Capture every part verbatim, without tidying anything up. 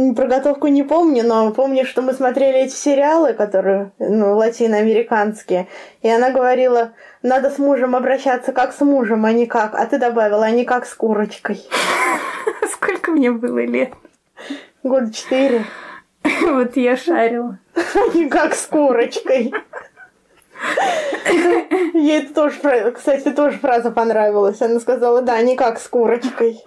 про готовку не помню, но помню, что мы смотрели эти сериалы, которые, ну, латиноамериканские, и она говорила, надо с мужем обращаться как с мужем, а не как, а ты добавила, а не как с курочкой. Сколько мне было лет? Года четыре. Вот я шарила. А не как с курочкой. Ей это тоже, кстати, тоже фраза понравилась. Она сказала, да, не как с курочкой.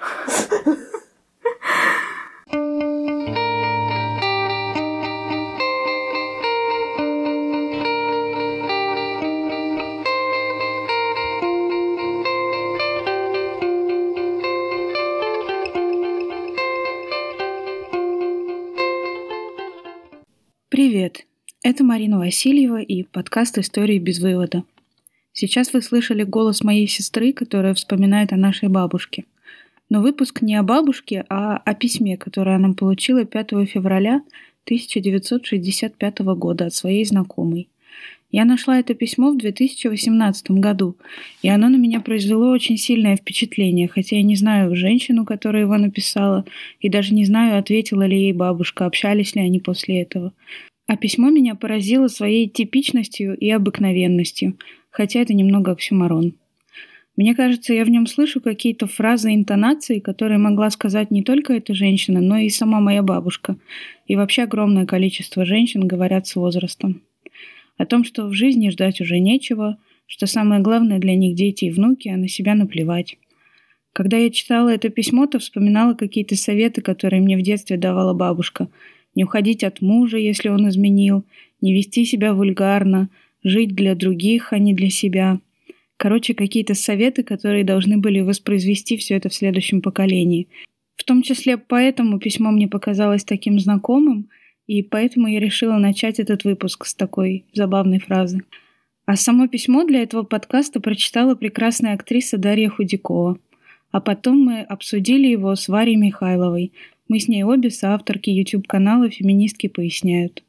Привет, это Марина Васильева и подкаст «Истории без вывода». Сейчас вы слышали голос моей сестры, которая вспоминает о нашей бабушке. Но выпуск не о бабушке, а о письме, которое она получила пятого февраля тысяча девятьсот шестьдесят пятого года от своей знакомой. Я нашла это письмо в две тысячи восемнадцатом году, и оно на меня произвело очень сильное впечатление, хотя я не знаю женщину, которая его написала, и даже не знаю, ответила ли ей бабушка, общались ли они после этого. А письмо меня поразило своей типичностью и обыкновенностью, хотя это немного оксюморон. Мне кажется, я в нем слышу какие-то фразы и интонации, которые могла сказать не только эта женщина, но и сама моя бабушка. И вообще огромное количество женщин говорят с возрастом. О том, что в жизни ждать уже нечего, что самое главное для них дети и внуки, а на себя наплевать. Когда я читала это письмо, то вспоминала какие-то советы, которые мне в детстве давала бабушка. Не уходить от мужа, если он изменил, не вести себя вульгарно, жить для других, а не для себя. Короче, какие-то советы, которые должны были воспроизвести все это в следующем поколении. В том числе поэтому письмо мне показалось таким знакомым, и поэтому я решила начать этот выпуск с такой забавной фразы. А само письмо для этого подкаста прочитала прекрасная актриса Дарья Худякова. А потом мы обсудили его с Варей Михайловой. Мы с ней обе соавторки YouTube-канала «Феминистки поясняют».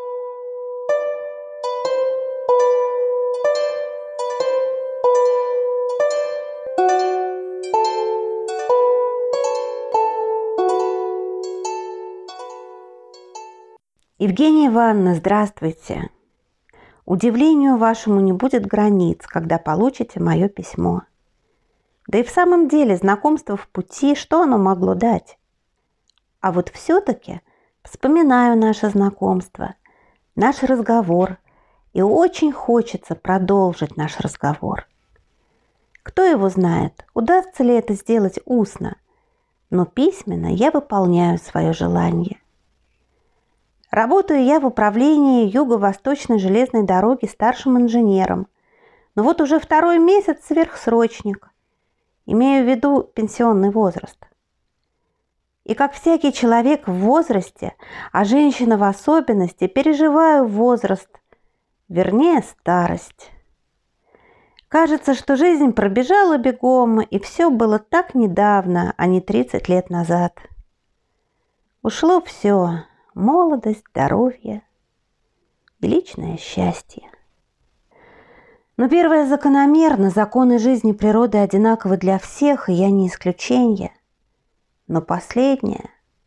Евгения Ивановна, здравствуйте. Удивлению вашему не будет границ, когда получите мое письмо. Да и в самом деле знакомство в пути, что оно могло дать? А вот все-таки вспоминаю наше знакомство, наш разговор, и очень хочется продолжить наш разговор. Кто его знает, удастся ли это сделать устно, но письменно я выполняю свое желание. Работаю я в управлении Юго-Восточной железной дороги старшим инженером, но вот уже второй месяц сверхсрочник. Имею в виду пенсионный возраст. И как всякий человек в возрасте, а женщина в особенности, переживаю возраст, вернее старость. Кажется, что жизнь пробежала бегом, и все было так недавно, а не тридцать лет назад. Ушло все. Молодость, здоровье и личное счастье. Но первое закономерно, законы жизни и природы одинаковы для всех, и я не исключение. Но последнее.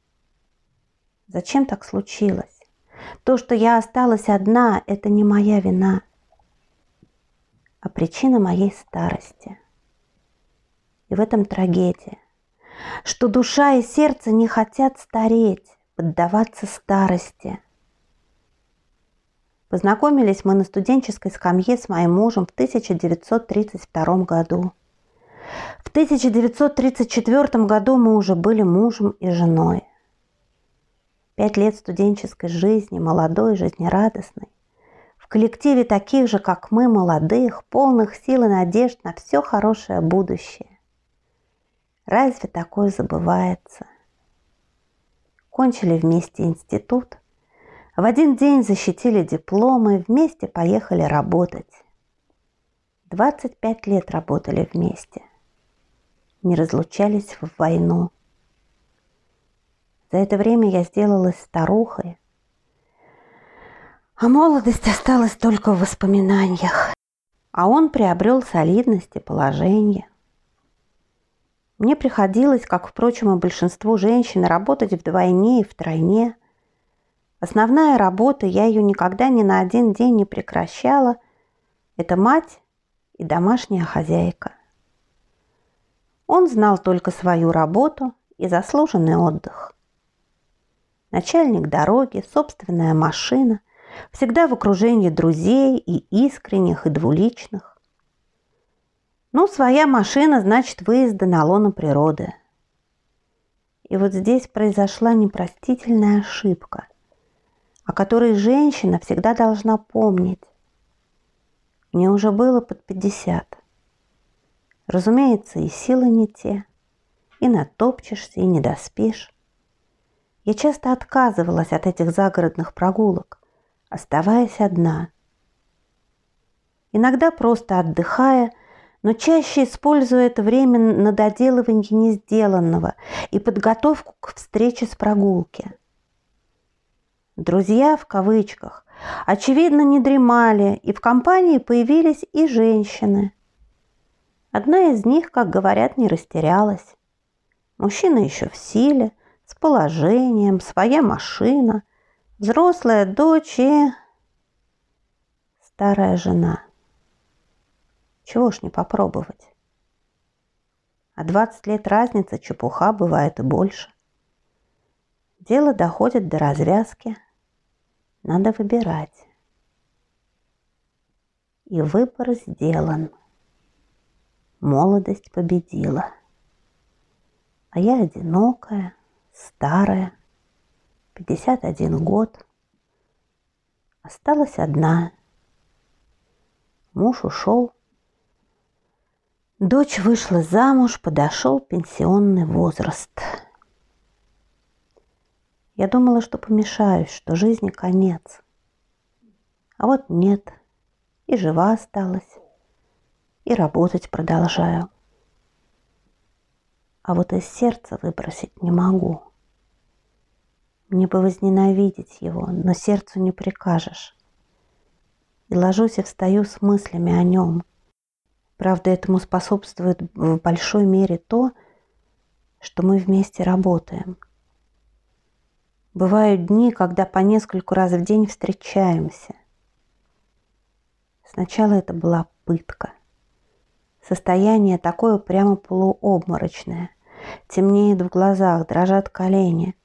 Зачем так случилось? То, что я осталась одна, это не моя вина, а причина моей старости. И в этом трагедия, что душа и сердце не хотят стареть, поддаваться старости. Познакомились мы на студенческой скамье с моим мужем в тысяча девятьсот тридцать втором году. В тысяча девятьсот тридцать четвёртом году мы уже были мужем и женой. Пять лет студенческой жизни, молодой, жизнерадостной, в коллективе таких же, как мы, молодых, полных сил и надежд на все хорошее будущее. Разве такое забывается? Кончили вместе институт, в один день защитили дипломы, вместе поехали работать. двадцать пять лет работали вместе, не разлучались в войну. За это время я сделалась старухой, а молодость осталась только в воспоминаниях, а он приобрел солидность и положение. Мне приходилось, как, впрочем, и большинству женщин, работать вдвойне и втройне. Основная работа, я ее никогда ни на один день не прекращала, это мать и домашняя хозяйка. Он знал только свою работу и заслуженный отдых. Начальник дороги, собственная машина, всегда в окружении друзей и искренних, и двуличных. Ну, своя машина, значит, выезды на лоно природы. И вот здесь произошла непростительная ошибка, о которой женщина всегда должна помнить. Мне уже было под пятьдесят. Разумеется, и силы не те, и натопчешься, и не доспишь. Я часто отказывалась от этих загородных прогулок, оставаясь одна. Иногда просто отдыхая, но чаще используя это время на доделывание не сделанного и подготовку к встрече с прогулки. Друзья, в кавычках, очевидно, не дремали, и в компании появились и женщины. Одна из них, как говорят, не растерялась. Мужчина еще в силе, с положением, своя машина, взрослая дочь и старая жена. Чего ж не попробовать? А двадцать лет разница, чепуха, бывает и больше. Дело доходит до развязки. Надо выбирать. И выбор сделан. Молодость победила. А я одинокая, старая, пятьдесят один год. Осталась одна. Муж ушел. Дочь вышла замуж, подошел пенсионный возраст. Я думала, что помешаюсь, что жизни конец. А вот нет. И жива осталась, и работать продолжаю. А вот из сердца выбросить не могу. Мне бы возненавидеть его, но сердцу не прикажешь. И ложусь и встаю с мыслями о нем. Правда, этому способствует в большой мере то, что мы вместе работаем. Бывают дни, когда по нескольку раз в день встречаемся. Сначала это была пытка. Состояние такое прямо полуобморочное. Темнеет в глазах, дрожат колени.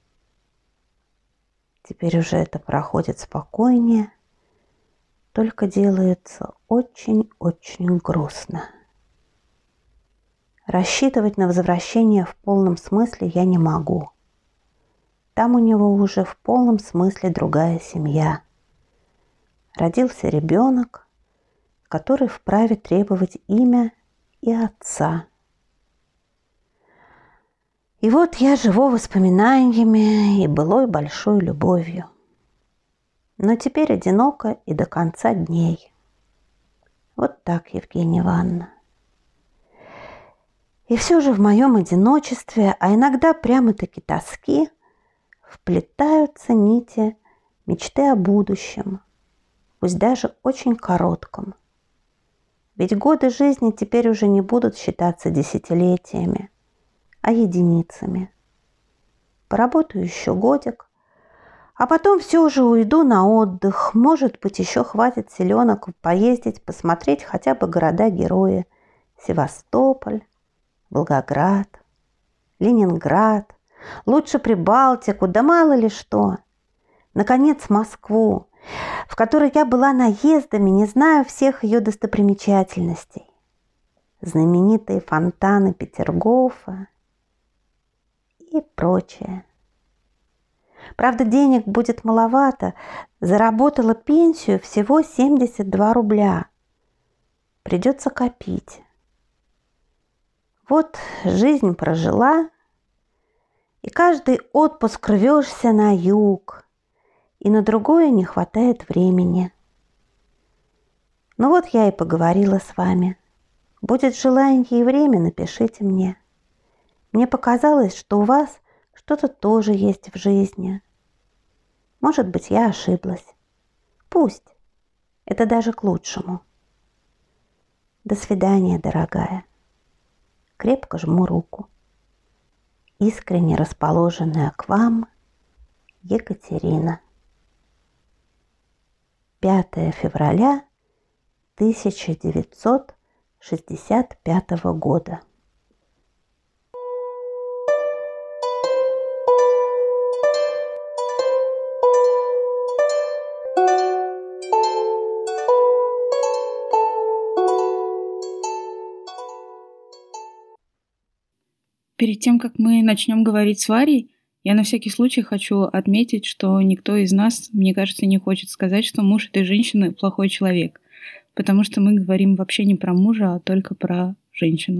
Теперь уже это проходит спокойнее, только делается очень-очень грустно. Рассчитывать на возвращение в полном смысле я не могу. Там у него уже в полном смысле другая семья. Родился ребенок, который вправе требовать имя и отца. И вот я живу воспоминаниями и былой большой любовью. Но теперь одиноко и до конца дней. Вот так, Евгения Ивановна. И все же в моем одиночестве, а иногда прямо-таки тоски, вплетаются нити мечты о будущем, пусть даже очень коротком. Ведь годы жизни теперь уже не будут считаться десятилетиями, а единицами. Поработаю еще годик, а потом все уже уйду на отдых. Может быть, еще хватит силенок поездить, посмотреть хотя бы города-герои. Севастополь, Волгоград, Ленинград, лучше Прибалтику, да мало ли что. Наконец, Москву, в которой я была наездами, не знаю всех ее достопримечательностей. Знаменитые фонтаны Петергофа и прочее. Правда, денег будет маловато. Заработала пенсию всего семьдесят два рубля. Придется копить. Вот жизнь прожила, и каждый отпуск рвешься на юг, и на другое не хватает времени. Ну вот я и поговорила с вами. Будет желание и время, напишите мне. Мне показалось, что у вас что-то тоже есть в жизни. Может быть, я ошиблась. Пусть. Это даже к лучшему. До свидания, дорогая. крепко жму руку. Искренне расположенная к вам Екатерина. пятое февраля тысяча девятьсот шестьдесят пятого года. Перед тем, как мы начнем говорить с Варей, я на всякий случай хочу отметить, что никто из нас, мне кажется, не хочет сказать, что муж этой женщины плохой человек, потому что мы говорим вообще не про мужа, а только про женщину.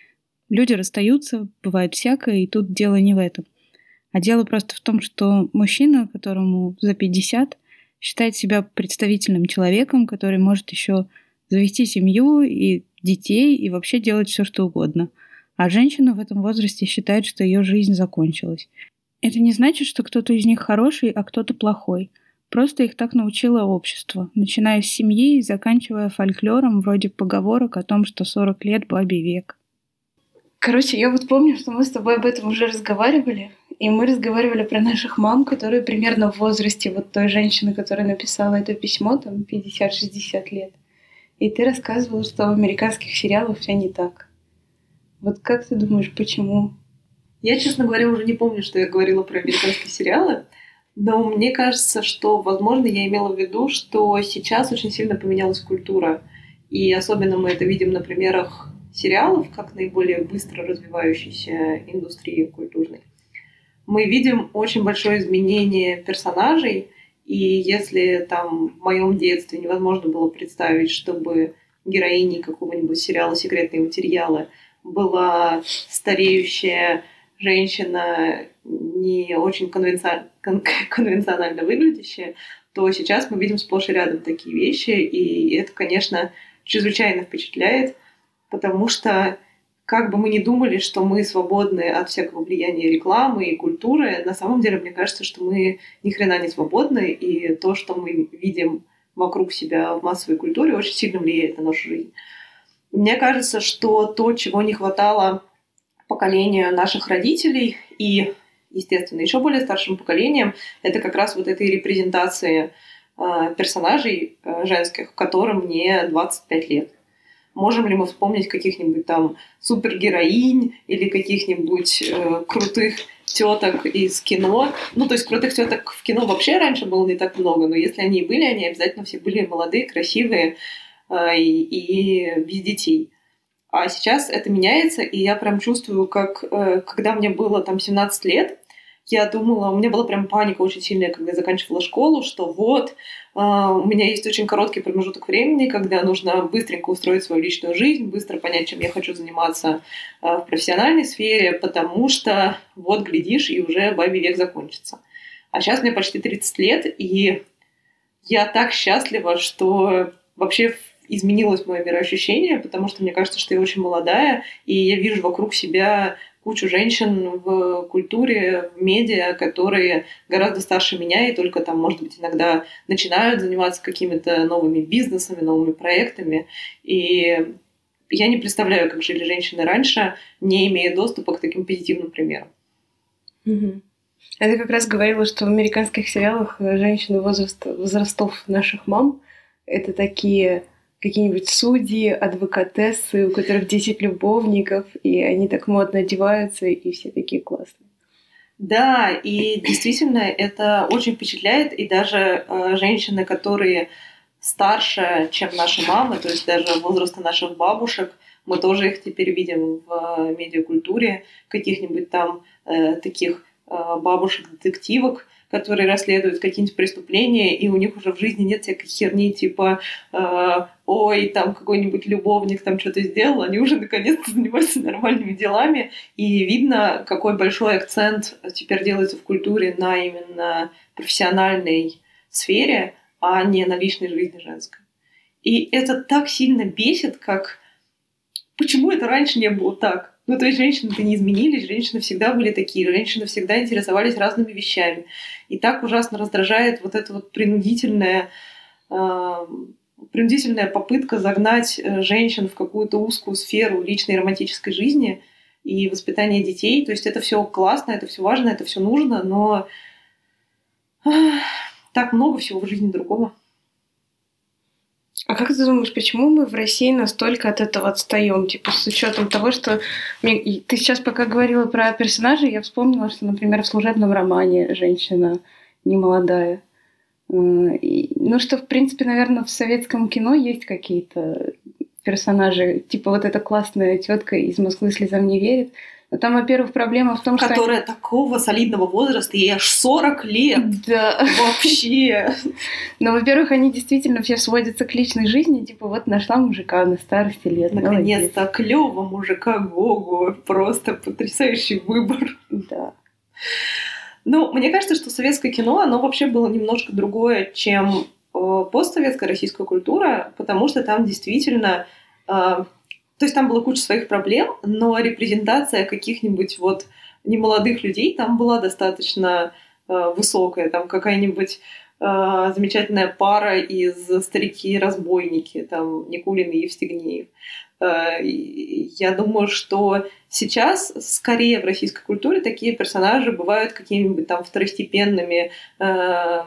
Люди расстаются, бывает всякое, и тут дело не в этом. А дело просто в том, что мужчина, которому за пятьдесят, считает себя представительным человеком, который может еще завести семью и детей, и вообще делать все, что угодно. А женщина в этом возрасте считает, что ее жизнь закончилась. Это не значит, что кто-то из них хороший, а кто-то плохой. Просто их так научило общество, начиная с семьи и заканчивая фольклором вроде поговорок о том, что сорок лет бабе век. Короче, я вот помню, что мы с тобой об этом уже разговаривали, и мы разговаривали про наших мам, которые примерно в возрасте вот той женщины, которая написала это письмо, там пятьдесят-шестьдесят лет. И ты рассказывала, что в американских сериалах все не так. Вот как ты думаешь, почему? Я, честно говоря, уже не помню, что я говорила про американские сериалы, но мне кажется, что, возможно, я имела в виду, что сейчас очень сильно поменялась культура. И особенно мы это видим на примерах сериалов, как наиболее быстро развивающейся индустрии культурной. Мы видим очень большое изменение персонажей, и если там в моем детстве невозможно было представить, чтобы героиней какого-нибудь сериала «Секретные материалы» была стареющая женщина, не очень конвенци... кон- конвенционально выглядящая, то сейчас мы видим сплошь и рядом такие вещи, и это, конечно, чрезвычайно впечатляет, потому что как бы мы ни думали, что мы свободны от всякого влияния рекламы и культуры, на самом деле, мне кажется, что мы ни хрена не свободны, и то, что мы видим вокруг себя в массовой культуре, очень сильно влияет на нашу жизнь. Мне кажется, что то, чего не хватало поколению наших родителей и, естественно, еще более старшим поколениям, это как раз вот этой репрезентации э, персонажей э, женских, которым мне двадцать пять лет. Можем ли мы вспомнить каких-нибудь там супергероинь или каких-нибудь э, крутых теток из кино? Ну, то есть крутых теток в кино вообще раньше было не так много, но если они и были, они обязательно все были молодые, красивые, И, и без детей. А сейчас это меняется, и я прям чувствую, как когда мне было там семнадцать лет, я думала, у меня была прям паника очень сильная, когда я заканчивала школу, что вот, у меня есть очень короткий промежуток времени, когда нужно быстренько устроить свою личную жизнь, быстро понять, чем я хочу заниматься в профессиональной сфере, потому что вот, глядишь, и уже бабий век закончится. А сейчас мне почти тридцать лет, и я так счастлива, что вообще изменилось мое мироощущение, потому что мне кажется, что я очень молодая, и я вижу вокруг себя кучу женщин в культуре, в медиа, которые гораздо старше меня и только там, может быть, иногда начинают заниматься какими-то новыми бизнесами, новыми проектами. И я не представляю, как жили женщины раньше, не имея доступа к таким позитивным примерам. Угу. А ты как раз говорила, что в американских сериалах женщины возраста, возрастов наших мам — это такие какие-нибудь судьи, адвокатессы, у которых десять любовников, и они так модно одеваются, и все такие классные. Да, и действительно это очень впечатляет, и даже э, женщины, которые старше, чем наши мамы, то есть даже возраста наших бабушек, мы тоже их теперь видим в медиакультуре, каких-нибудь там э, таких э, бабушек-детективок, которые расследуют какие-нибудь преступления, и у них уже в жизни нет всякой херни, типа э, ой, там какой-нибудь любовник там что-то сделал, они уже наконец-то занимаются нормальными делами, и видно, какой большой акцент теперь делается в культуре на именно профессиональной сфере, а не на личной жизни женской. И это так сильно бесит, как почему это раньше не было так? Ну, то есть женщины-то не изменились, женщины всегда были такие, женщины всегда интересовались разными вещами. И так ужасно раздражает вот это вот принудительное э, принудительная попытка загнать женщин в какую-то узкую сферу личной романтической жизни и воспитания детей. То есть это все классно, это все важно, это все нужно, но так много всего в жизни другого. А как ты думаешь, почему мы в России настолько от этого отстаем? Типа, с учетом того, что ты сейчас пока говорила про персонажей, я вспомнила, что, например, в служебном романе женщина немолодая. Ну, что, в принципе, наверное, в советском кино есть какие-то персонажи, типа вот эта классная тетка из «Москвы слезам не верит». Но там, во-первых, проблема в том, Которая что... Которая такого солидного возраста, ей аж сорок лет. Да. Вообще. Но, во-первых, они действительно все сводятся к личной жизни. Типа, вот нашла мужика на старости лет. Наконец-то клёвого мужика Гогу. Просто потрясающий выбор. Да. Ну, мне кажется, что советское кино, оно вообще было немножко другое, чем э, постсоветская российская культура, потому что там действительно... Э, то есть там была куча своих проблем, но репрезентация каких-нибудь вот немолодых людей там была достаточно э, высокая. Там какая-нибудь э, замечательная пара из «Старики-разбойники», там Никулин и Евстигнеев. Э, я думаю, что сейчас скорее в российской культуре такие персонажи бывают какими-нибудь там второстепенными, э, как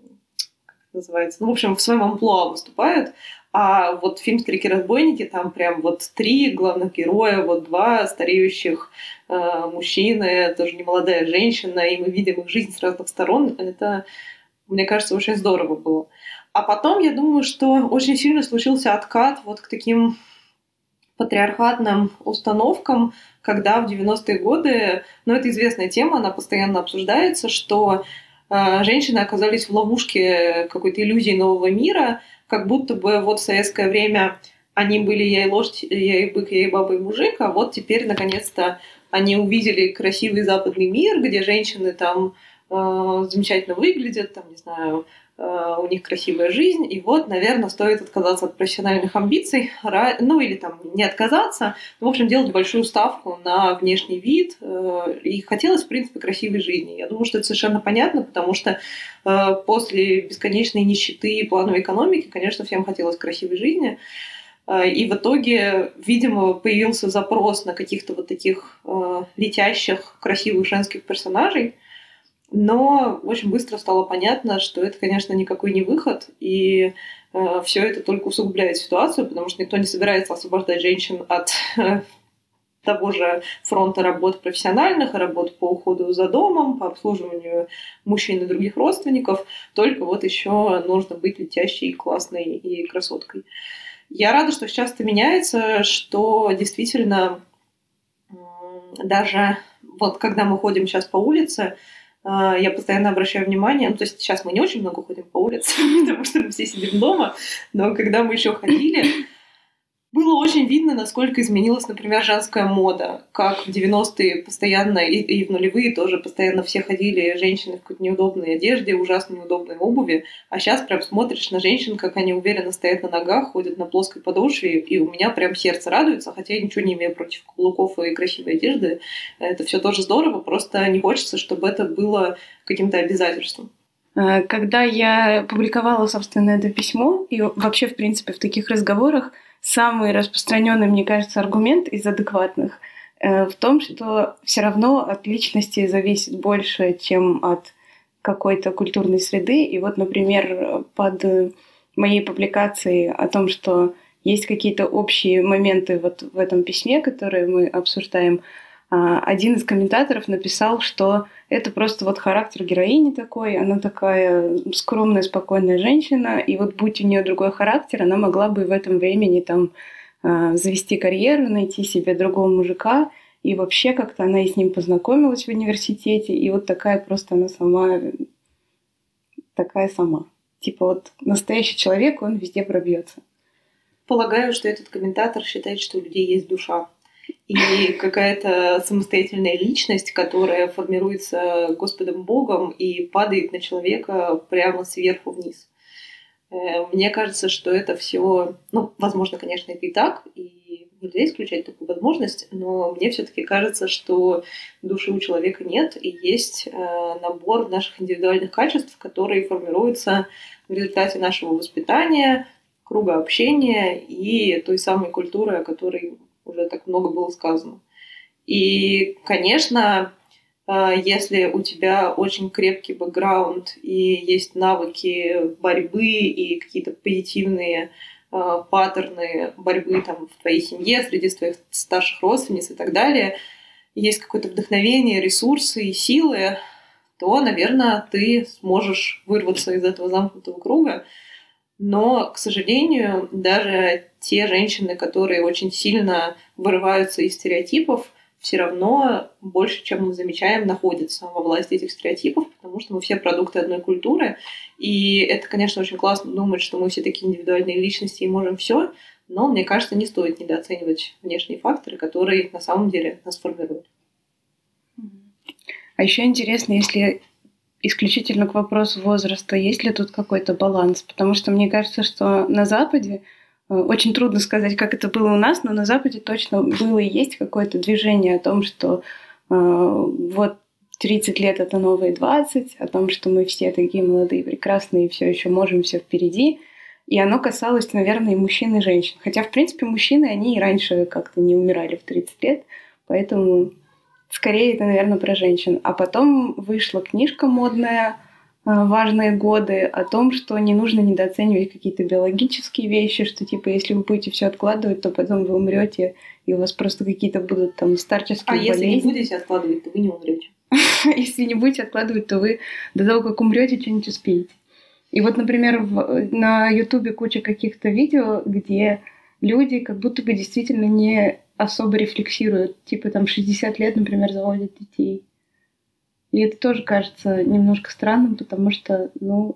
это называется, ну, в общем, в своем амплуа выступают. А вот фильм «Старики-разбойники», там прям вот три главных героя, вот два стареющих э, мужчины, тоже немолодая женщина, и мы видим их жизнь с разных сторон. Это, мне кажется, очень здорово было. А потом, я думаю, что очень сильно случился откат вот к таким патриархатным установкам, когда в девяностые годы, ну, это известная тема, она постоянно обсуждается, что э, женщины оказались в ловушке какой-то иллюзии нового мира, как будто бы вот в советское время они были я и лошадь, я и бык, я и баба, и мужик, а вот теперь, наконец-то, они увидели красивый западный мир, где женщины там э, замечательно выглядят, там, не знаю, э, у них красивая жизнь, и вот, наверное, стоит отказаться от профессиональных амбиций, ну, или там не отказаться, но, в общем, делать большую ставку на внешний вид, э, и хотелось, в принципе, красивой жизни. Я думаю, что это совершенно понятно, потому что после бесконечной нищеты и плановой экономики, конечно, всем хотелось красивой жизни. И в итоге, видимо, появился запрос на каких-то вот таких летящих, красивых женских персонажей. Но очень быстро стало понятно, что это, конечно, никакой не выход. И все это только усугубляет ситуацию, потому что никто не собирается освобождать женщин от того же фронта работ профессиональных, работ по уходу за домом, по обслуживанию мужчин и других родственников. Только вот еще нужно быть летящей, классной и красоткой. Я рада, что сейчас это меняется, что действительно даже вот когда мы ходим сейчас по улице, я постоянно обращаю внимание, ну, то есть сейчас мы не очень много ходим по улице, потому что мы все сидим дома, но когда мы еще ходили, было очень видно, насколько изменилась, например, женская мода. Как в девяностые постоянно, и, и в нулевые тоже постоянно все ходили, женщины в какой-то неудобной одежде, ужасно неудобной обуви. А сейчас прям смотришь на женщин, как они уверенно стоят на ногах, ходят на плоской подошве, и у меня прям сердце радуется, хотя я ничего не имею против каблуков и красивой одежды. Это все тоже здорово, просто не хочется, чтобы это было каким-то обязательством. Когда я публиковала, собственно, это письмо, и вообще, в принципе, в таких разговорах, самый распространенный, мне кажется, аргумент из адекватных э, в том, что все равно от личности зависит больше, чем от какой-то культурной среды. И вот, например, под моей публикацией о том, что есть какие-то общие моменты вот в этом письме, которые мы обсуждаем, один из комментаторов написал, что это просто вот характер героини такой, она такая скромная, спокойная женщина, и вот будь у нее другой характер, она могла бы в этом времени там завести карьеру, найти себе другого мужика, и вообще как-то она и с ним познакомилась в университете, и вот такая просто она сама, такая сама. Типа вот настоящий человек, он везде пробьется. Полагаю, что этот комментатор считает, что у людей есть душа. И какая-то самостоятельная личность, которая формируется Господом Богом и падает на человека прямо сверху вниз. Мне кажется, что это все, ну, возможно, конечно, это и так, и нельзя исключать такую возможность, но мне все-таки кажется, что души у человека нет, и есть набор наших индивидуальных качеств, которые формируются в результате нашего воспитания, круга общения и той самой культуры, о которой уже так много было сказано. И, конечно, если у тебя очень крепкий бэкграунд и есть навыки борьбы и какие-то позитивные паттерны борьбы там, в твоей семье, среди твоих старших родственниц и так далее, есть какое-то вдохновение, ресурсы и силы, то, наверное, ты сможешь вырваться из этого замкнутого круга. Но, к сожалению, даже те женщины, которые очень сильно вырываются из стереотипов, все равно больше, чем мы замечаем, находятся во власти этих стереотипов, потому что мы все продукты одной культуры. И это, конечно, очень классно думать, что мы все такие индивидуальные личности и можем все, но, мне кажется, не стоит недооценивать внешние факторы, которые на самом деле нас формируют. А еще интересно, если исключительно к вопросу возраста, есть ли тут какой-то баланс? Потому что мне кажется, что на Западе очень трудно сказать, как это было у нас, но на Западе точно было и есть какое-то движение о том, что э, вот тридцать лет — это новые двадцать, о том, что мы все такие молодые, прекрасные, и все еще можем, все впереди. И оно касалось, наверное, и мужчин, и женщин. Хотя, в принципе, мужчины, они и раньше как-то не умирали в тридцать лет, поэтому скорее это, наверное, про женщин. А потом вышла книжка модная «Важные годы» о том, что не нужно недооценивать какие-то биологические вещи, что типа если вы будете все откладывать, то потом вы умрете, и у вас просто какие-то будут там старческие а болезни. А если не будете откладывать, то вы не умрете. Если не будете откладывать, то вы до того, как умрете, что-нибудь успеете. И вот, например, в, на Ютубе куча каких-то видео, где люди как будто бы действительно не особо рефлексируют. Типа там шестьдесят лет, например, заводят детей. И это тоже кажется немножко странным, потому что, ну...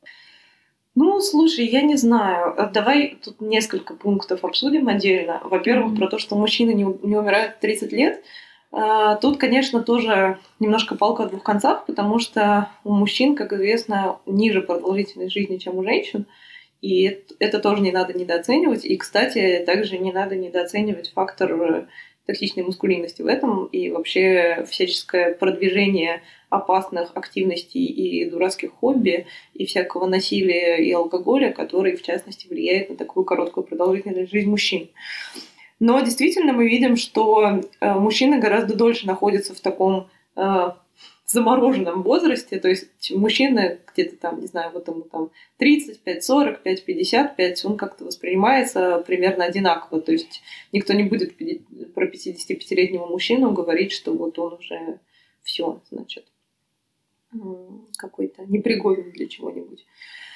Ну, слушай, я не знаю. Давай тут несколько пунктов обсудим отдельно. Во-первых, mm-hmm. про то, что мужчины не, не умирают в тридцать лет. Тут, конечно, тоже немножко палка о двух концах, потому что у мужчин, как известно, ниже продолжительность жизни, чем у женщин. И это, это тоже не надо недооценивать. И, кстати, также не надо недооценивать фактор токсичной маскулинности в этом и вообще всяческое продвижение опасных активностей и дурацких хобби и всякого насилия и алкоголя, который, в частности, влияет на такую короткую продолжительность жизни мужчин. Но действительно мы видим, что мужчины гораздо дольше находятся в таком э, замороженном возрасте, то есть мужчина где-то там, не знаю, вот ему там тридцать пять, сорок пять, пятьдесят пять, он как-то воспринимается примерно одинаково, то есть никто не будет про пятидесятипятилетнего мужчину говорить, что вот он уже все, значит, какой-то непригоден для чего-нибудь.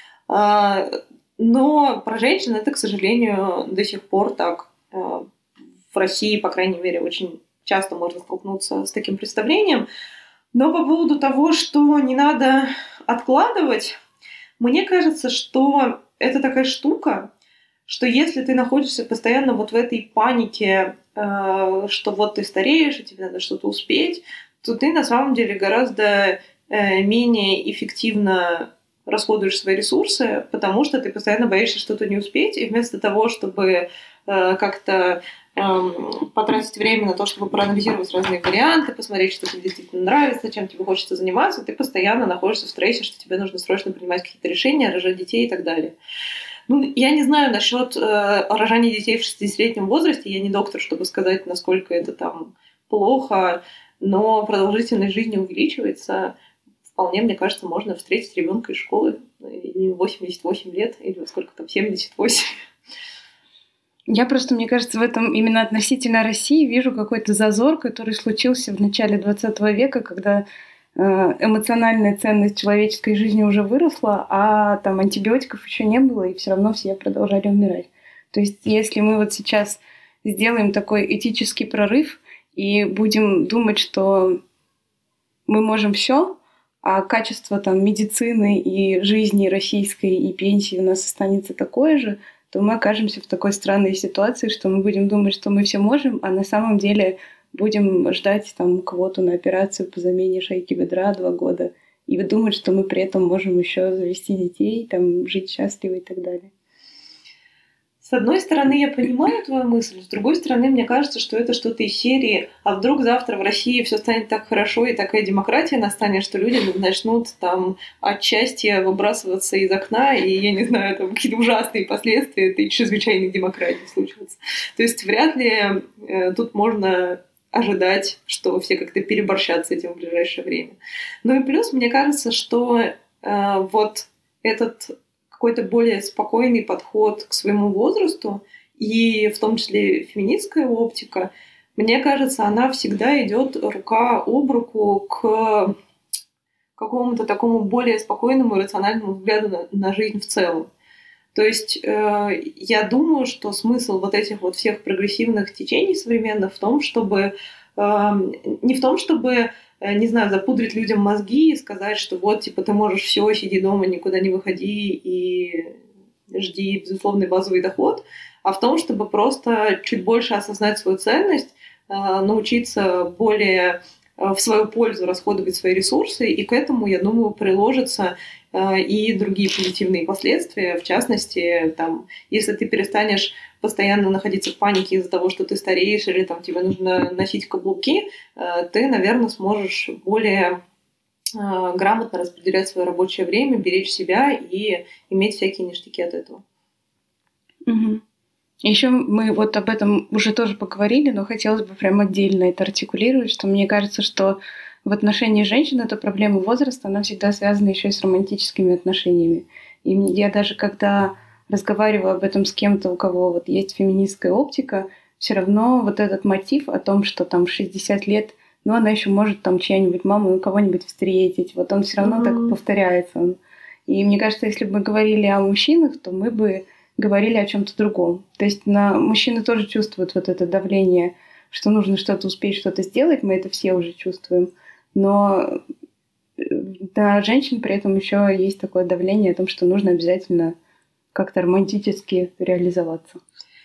Но про женщин это, к сожалению, до сих пор так. В России, по крайней мере, очень часто можно столкнуться с таким представлением. Но по поводу того, что не надо откладывать, мне кажется, что это такая штука, что если ты находишься постоянно вот в этой панике, что вот ты стареешь, и тебе надо что-то успеть, то ты на самом деле гораздо менее эффективно расходуешь свои ресурсы, потому что ты постоянно боишься что-то не успеть, и вместо того, чтобы как-то потратить время на то, чтобы проанализировать разные варианты, посмотреть, что тебе действительно нравится, чем тебе хочется заниматься, ты постоянно находишься в стрессе, что тебе нужно срочно принимать какие-то решения, рожать детей и так далее. Ну, я не знаю насчет э, рожания детей в шестидесятилетнем возрасте, я не доктор, чтобы сказать, насколько это там плохо, но продолжительность жизни увеличивается. Вполне, мне кажется, можно встретить ребенка из школы в восемьдесят восемь лет или сколько там, семьдесят восемь. Я просто, мне кажется, в этом именно относительно России вижу какой-то зазор, который случился в начале двадцатого века, когда эмоциональная ценность человеческой жизни уже выросла, а там антибиотиков еще не было, и все равно все продолжали умирать. То есть если мы вот сейчас сделаем такой этический прорыв и будем думать, что мы можем все, а качество там медицины и жизни российской и пенсии у нас останется такое же, то мы окажемся в такой странной ситуации, что мы будем думать, что мы все можем, а на самом деле будем ждать там квоту на операцию по замене шейки бедра два года и думать, что мы при этом можем еще завести детей, там, жить счастливо и так далее. С одной стороны, я понимаю твою мысль, с другой стороны, мне кажется, что это что-то из серии, а вдруг завтра в России все станет так хорошо и такая демократия настанет, что люди начнут там от счастья выбрасываться из окна, и, я не знаю, там какие-то ужасные последствия этой чрезвычайной демократии случатся. То есть вряд ли э, тут можно ожидать, что все как-то переборщат с этим в ближайшее время. Ну и плюс, мне кажется, что э, вот этот какой-то более спокойный подход к своему возрасту, и в том числе феминистская оптика, мне кажется, она всегда идет рука об руку к какому-то такому более спокойному и рациональному взгляду на, на жизнь в целом. То есть э, я думаю, что смысл вот этих вот всех прогрессивных течений современных в том, чтобы э, не в том, чтобы не знаю, запудрить людям мозги и сказать, что вот, типа, ты можешь все, сиди дома, никуда не выходи и жди безусловный базовый доход, а в том, чтобы просто чуть больше осознать свою ценность, научиться более в свою пользу расходовать свои ресурсы, и к этому, я думаю, приложатся и другие позитивные последствия. В частности, там, если ты перестанешь постоянно находиться в панике из-за того, что ты стареешь, или там, тебе нужно носить каблуки, ты, наверное, сможешь более грамотно распределять свое рабочее время, беречь себя и иметь всякие ништяки от этого. Угу. Еще мы вот об этом уже тоже поговорили, но хотелось бы прям отдельно это артикулировать, что мне кажется, что в отношении женщин эта проблема возраста, она всегда связана еще и с романтическими отношениями. И я даже когда разговариваю об этом с кем-то, у кого вот есть феминистская оптика, все равно вот этот мотив о том, что там шестьдесят лет, ну она еще может там чья-нибудь маму у кого-нибудь встретить, вот он все равно mm-hmm. так повторяется. И мне кажется, если бы мы говорили о мужчинах, то мы бы говорили о чем-то другом. То есть на мужчины тоже чувствуют вот это давление, что нужно что-то успеть, что-то сделать, мы это все уже чувствуем. Но на женщин при этом еще есть такое давление о том, что нужно обязательно как-то романтически реализоваться.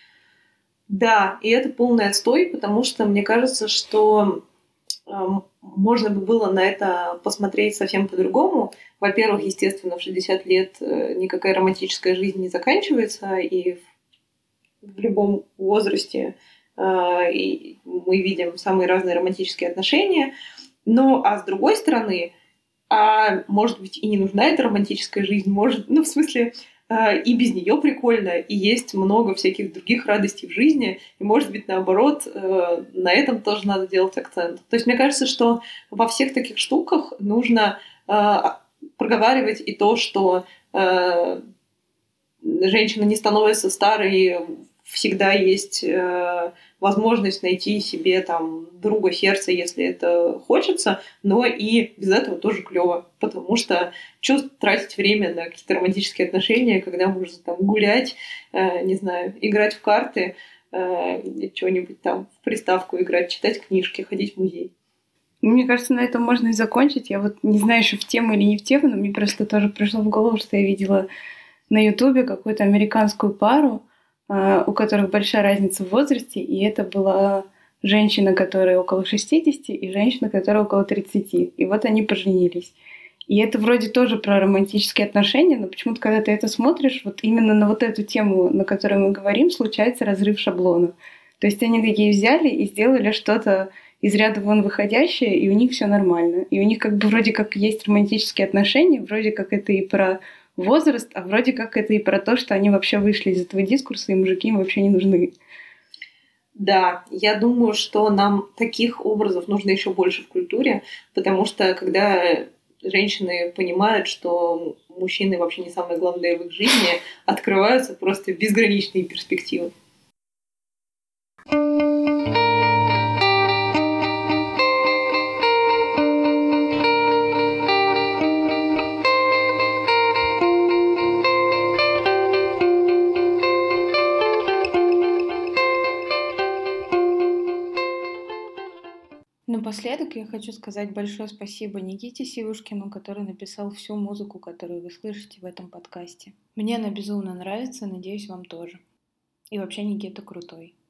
Да, и это полный отстой, потому что мне кажется, что э, можно бы было на это посмотреть совсем по-другому. Во-первых, естественно, в шестьдесят лет никакая романтическая жизнь не заканчивается, и в любом возрасте э, и мы видим самые разные романтические отношения. Но, а с другой стороны, а может быть и не нужна эта романтическая жизнь, может, ну в смысле, э, и без нее прикольно, и есть много всяких других радостей в жизни, и может быть наоборот, э, на этом тоже надо делать акцент. То есть мне кажется, что во всех таких штуках нужно э, проговаривать и то, что э, женщина не становится старой, всегда есть э, возможность найти себе там друга сердца, если это хочется, но и без этого тоже клево, потому что что тратить время на какие-то романтические отношения, когда можно там гулять, э, не знаю, играть в карты, э, что-нибудь там в приставку играть, читать книжки, ходить в музей. Мне кажется, на этом можно и закончить. Я вот не знаю, еще в тему или не в тему, но мне просто тоже пришло в голову, что я видела на Ютубе какую-то американскую пару, у которых большая разница в возрасте, и это была женщина, которая около шестидесяти, и женщина, которая около тридцати. И вот они поженились. И это вроде тоже про романтические отношения, но почему-то, когда ты это смотришь, вот именно на вот эту тему, на которой мы говорим, случается разрыв шаблона. То есть они такие взяли и сделали что-то из ряда вон выходящее, и у них все нормально. И у них как бы вроде как есть романтические отношения, вроде как это и про возраст, а вроде как это и про то, что они вообще вышли из этого дискурса, и мужики им вообще не нужны. Да, я думаю, что нам таких образов нужно еще больше в культуре, потому что когда женщины понимают, что мужчины вообще не самое главное в их жизни, открываются просто безграничные перспективы. Напоследок я хочу сказать большое спасибо Никите Сивушкину, который написал всю музыку, которую вы слышите в этом подкасте. Мне она безумно нравится, надеюсь, вам тоже. И вообще Никита крутой.